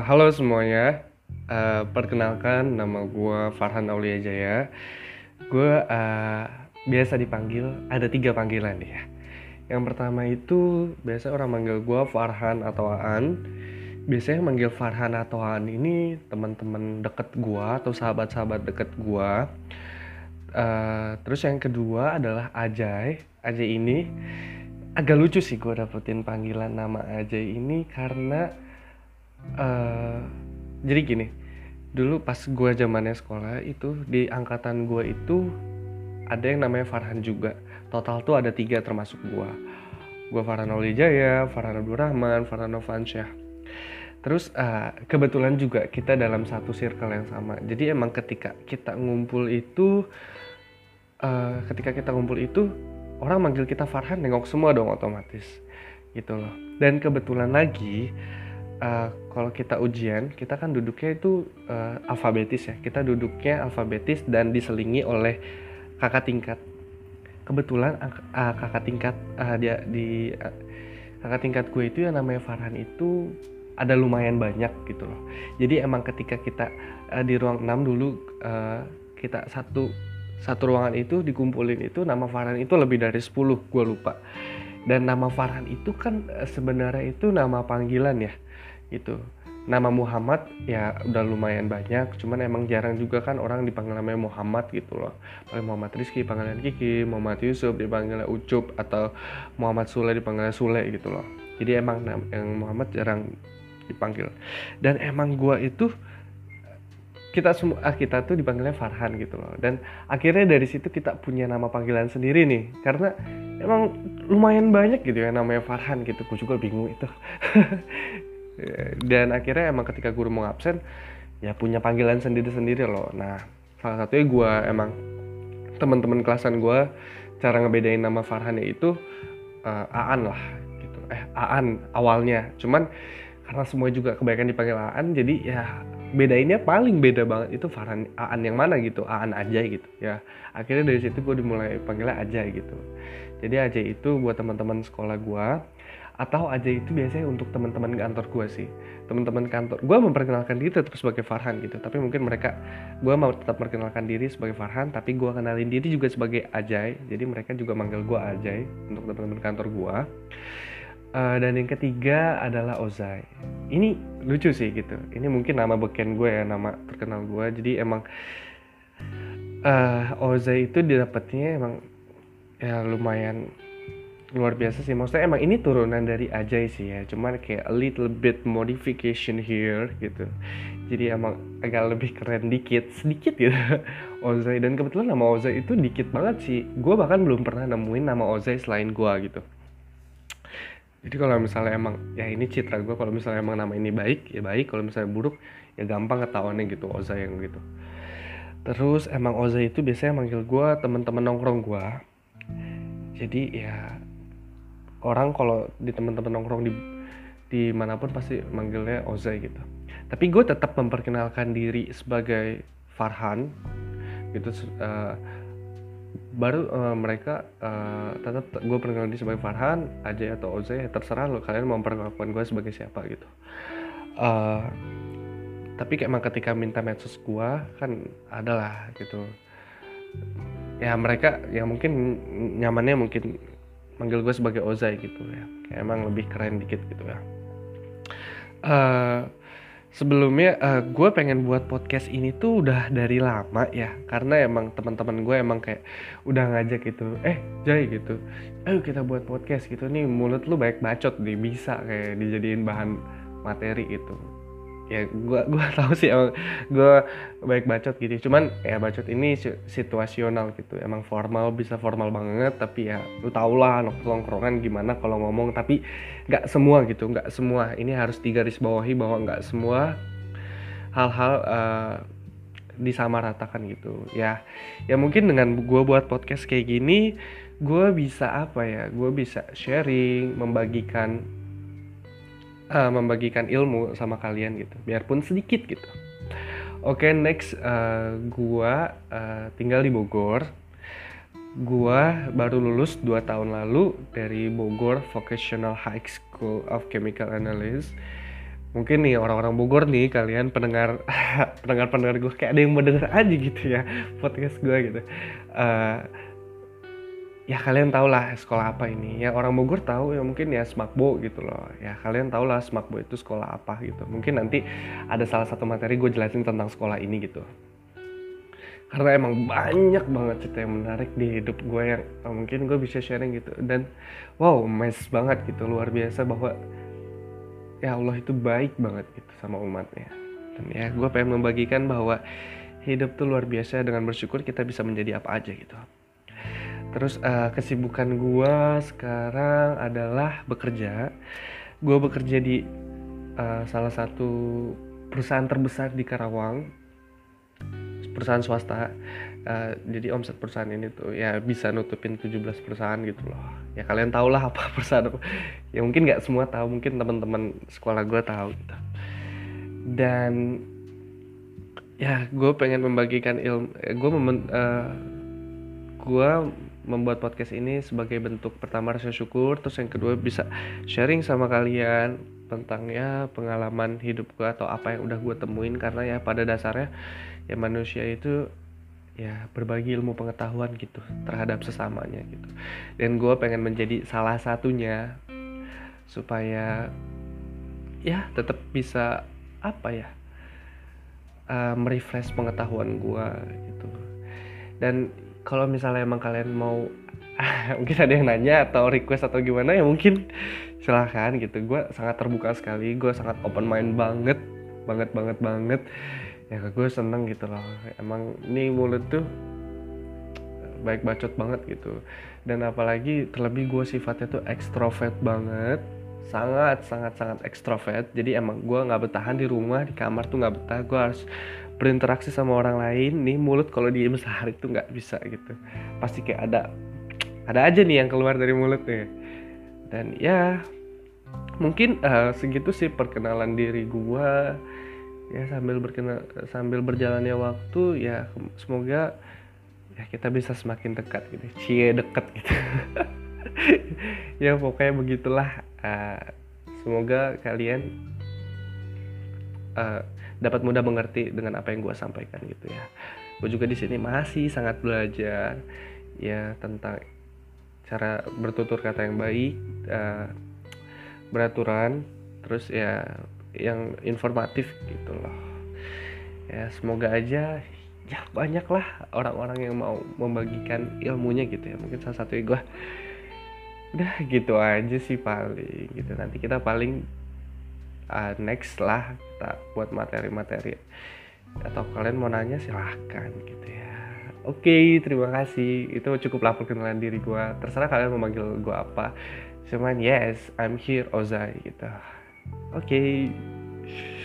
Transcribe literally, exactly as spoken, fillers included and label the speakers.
Speaker 1: Eh, halo semuanya. Eh, perkenalkan, nama gue Farhan Aulia Jaya. Gue eh, biasa dipanggil, ada tiga panggilan ya. Yang pertama itu biasa orang manggil gue Farhan atau Aan. Biasanya manggil Farhan atau Aan ini teman-teman deket gue atau sahabat-sahabat deket gue. Eh, terus yang kedua adalah Ajay. Ajay ini agak lucu sih gue dapetin panggilan nama Ajay ini karena eh jadi gini, dulu pas gue zamannya sekolah itu di angkatan gue itu ada yang namanya Farhan juga. Total tuh ada tiga termasuk gue. Gue Farhan Aulijaya, Farhan Abdurrahman, Farhan Novansyah. Terus uh, kebetulan juga kita dalam satu circle yang sama. Jadi emang ketika kita ngumpul itu, uh, ketika kita ngumpul itu orang manggil kita Farhan, nengok semua dong otomatis, gitu loh. Dan kebetulan lagi Uh, kalau kita ujian, kita kan duduknya itu uh, alfabetis ya. Kita duduknya alfabetis dan diselingi oleh kakak tingkat. Kebetulan uh, kakak tingkat uh, dia di uh, kakak tingkat gue itu yang namanya Farhan itu ada lumayan banyak gitu loh. Jadi emang ketika kita uh, di ruang enam dulu uh, kita satu satu ruangan itu dikumpulin itu nama Farhan itu lebih dari sepuluh, gue lupa. Dan nama Farhan itu kan uh, sebenarnya itu nama panggilan ya. Gitu. Nama Muhammad ya udah lumayan banyak, cuman emang jarang juga kan orang dipanggil namanya Muhammad gitu loh. Paling Muhammad Rizky panggilan Kiki, Muhammad Yusuf dipanggilnya Ucup, atau Muhammad Sule dipanggilnya Sule gitu loh. Jadi emang yang Muhammad jarang dipanggil. Dan emang gua itu kita semua kita tuh dipanggilnya Farhan gitu loh. Dan akhirnya dari situ kita punya nama panggilan sendiri nih, karena emang lumayan banyak gitu ya namanya Farhan gitu. Gue juga bingung itu. Dan akhirnya emang ketika guru mau absen ya punya panggilan sendiri-sendiri loh. Nah salah satunya gue emang teman-teman kelasan gue cara ngebedain nama Farhan itu uh, Aan lah gitu. Eh Aan awalnya, cuman karena semua juga kebanyakan dipanggil Aan, jadi ya bedainnya paling beda banget itu Farhan Aan yang mana gitu, Aan Ajay gitu ya. Akhirnya dari situ gue dimulai panggilnya Ajay gitu. Jadi Ajay itu buat teman-teman sekolah gue, atau Ajay itu biasanya untuk teman-teman kantor gue sih. Teman-teman kantor gue memperkenalkan diri tetap sebagai Farhan gitu, tapi mungkin mereka, gue mau tetap memperkenalkan diri sebagai Farhan, tapi gue kenalin diri juga sebagai Ajay. Jadi mereka juga manggil gue Ajay untuk teman-teman kantor gue. Uh, dan yang ketiga adalah Ozai. Ini lucu sih gitu. Ini mungkin nama beken gue ya, nama terkenal gue. Jadi emang uh, Ozai itu didapatnya emang ya lumayan luar biasa sih. Maksudnya emang ini turunan dari Ajay sih ya, cuman kayak a little bit modification here gitu. Jadi emang agak lebih keren dikit, sedikit gitu Ozai. Dan kebetulan nama Ozai itu dikit banget sih. Gue bahkan belum pernah nemuin nama Ozai selain gue gitu. Jadi kalau misalnya emang ya ini citra gue, kalau misalnya emang nama ini baik ya baik, kalau misalnya buruk ya gampang ketahuannya gitu Ozai yang gitu. Terus emang Ozai itu biasanya manggil gue teman-teman nongkrong gue. Jadi ya orang kalau di teman-teman nongkrong di di manapun pasti manggilnya Ozai gitu. Tapi gue tetap memperkenalkan diri sebagai Farhan gitu. Uh, baru uh, mereka uh, tetap gue perkenalkan diri sebagai Farhan, Ajay atau Ozai, terserah lo kalian mau memperkenalkan gue sebagai siapa gitu. Uh, tapi kayak emang ketika minta medsos gue kan adalah gitu. Ya mereka ya mungkin nyamannya mungkin manggil gue sebagai Ozai gitu ya, kayak emang lebih keren dikit gitu ya. Uh, sebelumnya uh, gue pengen buat podcast ini tuh udah dari lama ya, karena emang teman-teman gue emang kayak udah ngajak gitu, eh Jay gitu, ayo kita buat podcast gitu, nih mulut lu banyak bacot deh, bisa kayak dijadiin bahan materi gitu. Ya gue gue tahu sih emang gue baik bacot gitu, cuman ya bacot ini situasional gitu, emang formal bisa formal banget, tapi ya lu tau lah nongkrongan gimana kalau ngomong, tapi nggak semua gitu, nggak semua ini harus digarisbawahi bahwa nggak semua hal-hal uh, disamaratakan gitu ya. Ya mungkin dengan gue buat podcast kayak gini, gue bisa apa ya, gue bisa sharing, membagikan Uh, membagikan ilmu sama kalian gitu, biarpun sedikit gitu. Oke, okay, next uh, gua uh, tinggal di Bogor. Gua baru lulus dua tahun lalu dari Bogor Vocational High School of Chemical Analysis. mungkin nih orang-orang Bogor nih, kalian pendengar pendengar-pendengar gue kayak ada yang mau denger aja gitu ya podcast gue gitu. Uh, ya kalian tau lah sekolah apa ini. Ya orang Bogor tahu ya mungkin ya Smakbo gitu loh. Ya kalian tau lah Smakbo itu sekolah apa gitu. Mungkin nanti ada salah satu materi gue jelasin tentang sekolah ini gitu. Karena emang banyak banget cerita yang menarik di hidup gue yang mungkin gue bisa sharing gitu. Dan wow, amazed banget gitu, luar biasa bahwa ya Allah itu baik banget gitu sama umatnya. Dan ya gue pengen membagikan bahwa hidup tuh luar biasa, dengan bersyukur kita bisa menjadi apa aja gitu. Terus uh, kesibukan gue sekarang adalah bekerja. Gue bekerja di uh, salah satu perusahaan terbesar di Karawang, perusahaan swasta. Uh, jadi omset perusahaan ini tuh ya bisa nutupin tujuh belas perusahaan gitu loh. Ya kalian tau lah apa perusahaan apa. Ya mungkin gak semua tahu, mungkin teman-teman sekolah gue tahu gitu. Dan ya gue pengen membagikan ilmu. Gue mem- uh, gue membuat podcast ini sebagai bentuk pertama rasa syukur, terus yang kedua bisa sharing sama kalian tentang ya pengalaman hidup gue atau apa yang udah gue temuin. Karena ya pada dasarnya ya manusia itu ya berbagi ilmu pengetahuan gitu terhadap sesamanya gitu. Dan gue pengen menjadi salah satunya supaya ya tetap bisa apa ya uh, merefresh pengetahuan gue gitu. Dan kalau misalnya emang kalian mau mungkin ada yang nanya atau request atau gimana ya mungkin silahkan gitu. Gue sangat terbuka sekali, gue sangat open mind banget banget banget banget ya. Gue seneng gitu loh, emang ini mulut tuh baik bacot banget gitu. Dan apalagi terlebih gue sifatnya tuh ekstrovert banget, sangat sangat sangat ekstrovert. Jadi emang gue nggak bertahan di rumah, di kamar tuh nggak betah. Gue harus berinteraksi sama orang lain. Nih mulut kalau diem sehari tuh nggak bisa gitu, pasti kayak ada ada aja nih yang keluar dari mulut nih. Dan ya mungkin uh, segitu sih perkenalan diri gue ya, sambil berkenal sambil berjalannya waktu ya semoga ya kita bisa semakin dekat gitu, cie deket gitu. Ya pokoknya begitulah. Uh, semoga kalian uh, dapat mudah mengerti dengan apa yang gue sampaikan gitu ya. Gue juga di sini masih sangat belajar ya tentang cara bertutur kata yang baik, uh, beraturan, terus ya yang informatif gitu loh. Ya semoga aja ya banyak lah orang-orang yang mau membagikan ilmunya gitu ya. Mungkin salah satunya gue. Udah gitu aja sih paling gitu. Nanti kita paling Uh, next lah kita buat materi-materi, atau kalian mau nanya silahkan gitu ya. Oke, okay, terima kasih. Itu cukuplah perkenalan diri gue. Terserah kalian mau manggil gue apa, cuman yes I'm here Ozai gitu. Oke okay.